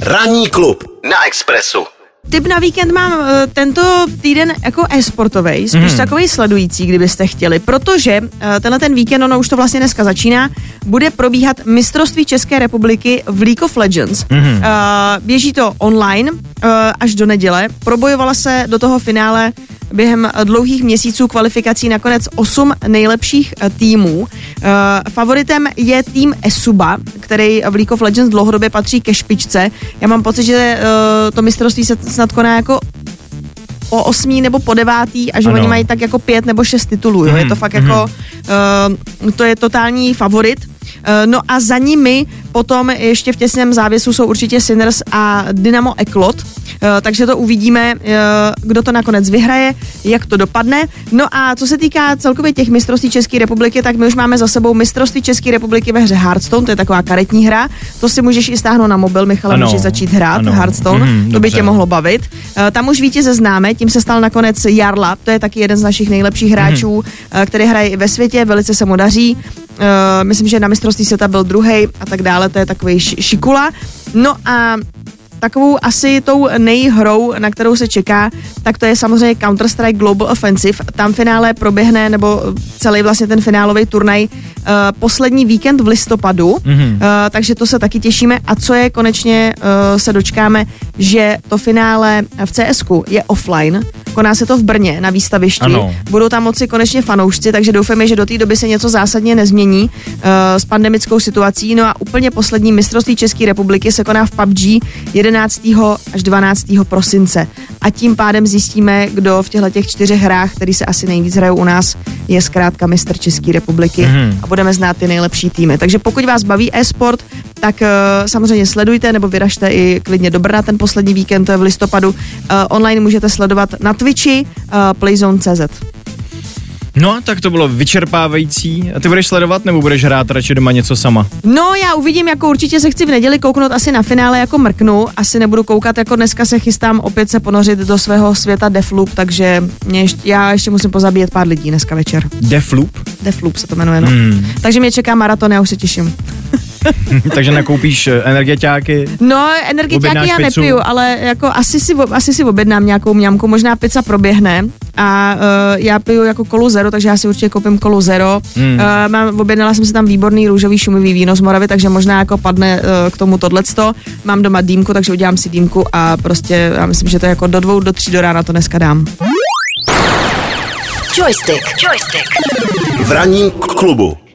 Ranní klub na Expressu. Tip na víkend mám tento týden jako e-sportovej, spíš takovej sledující, kdybyste chtěli, protože tenhle ten víkend, ono už to vlastně dneska začíná, bude probíhat mistrovství České republiky v League of Legends. Běží to online až do neděle, probojovala se do toho finále během dlouhých měsíců kvalifikací nakonec 8 nejlepších týmů. Favoritem je tým Esuba, který v League of Legends dlouhodobě patří ke špičce. Já mám pocit, že to mistrovství se snad koná jako po 8. nebo po 9. a že oni mají tak jako 5 nebo 6 titulů. Jo? Je to fakt jako, to je totální favorit. No a za nimi potom ještě v těsném závěsu jsou určitě Sinners a Dynamo Eklot, takže to uvidíme, kdo to nakonec vyhraje, jak to dopadne. No a co se týká celkově těch mistrovství České republiky, tak my už máme za sebou mistrovství České republiky ve hře Hearthstone, to je taková karetní hra, to si můžeš i stáhnout na mobil, Michale, můžeš začít hrát Hearthstone, to by tě mohlo bavit. Tam už vítěze známe, tím se stal nakonec Jarla, to je taky jeden z našich nejlepších hráčů, který hraje i ve světě, velice se mu daří. Myslím, že na mistrovství světa byl druhej a tak dále, to je takový šikula. No a takovou asi tou nejhrou, na kterou se čeká, tak to je samozřejmě Counter-Strike Global Offensive. Tam finále proběhne, nebo celý vlastně ten finálový turnaj poslední víkend v listopadu, takže to se taky těšíme. A co je konečně, se dočkáme, že to finále v CSku je offline, koná se to v Brně na výstavišti. Ano. Budou tam moci konečně fanoušci, takže doufáme, že do té doby se něco zásadně nezmění s pandemickou situací. No a úplně poslední mistrovství České republiky se koná v PUBG 11. až 12. prosince. A tím pádem zjistíme, kdo v těchto 4 hrách, který se asi nejvíc hrajou u nás, je zkrátka mistr České republiky a budeme znát ty nejlepší týmy. Takže pokud vás baví e-sport, tak samozřejmě sledujte nebo vyražte i klidně do Brna ten poslední víkend, to je v listopadu. Online můžete sledovat na Twitchi playzone.cz. No, tak to bylo vyčerpávající. A ty budeš sledovat nebo budeš hrát radši doma něco sama? No, já uvidím, jako určitě se chci v neděli kouknout asi na finále, jako mrknu. Asi nebudu koukat, jako dneska se chystám opět se ponořit do svého světa Deathloop, takže já ještě musím pozabíjet pár lidí dneska večer. Deathloop? Deathloop se to jmenuje, no. Takže mě čeká maraton, já už se těším. Takže nakoupíš energetiáky? No, energetiáky já nepiju, ale jako asi si objednám nějakou mňamku, možná pizza proběhne a já piju jako Kolu Zero, takže já si určitě koupím Kolu Zero. Objednala jsem si tam výborný růžový šumivý víno z Moravy, takže možná jako padne k tomu tohleto. Mám doma dýmku, takže udělám si dýmku a prostě já myslím, že to jako do 2, do 3 do rána to dneska dám. Joystick. V ranním klubu.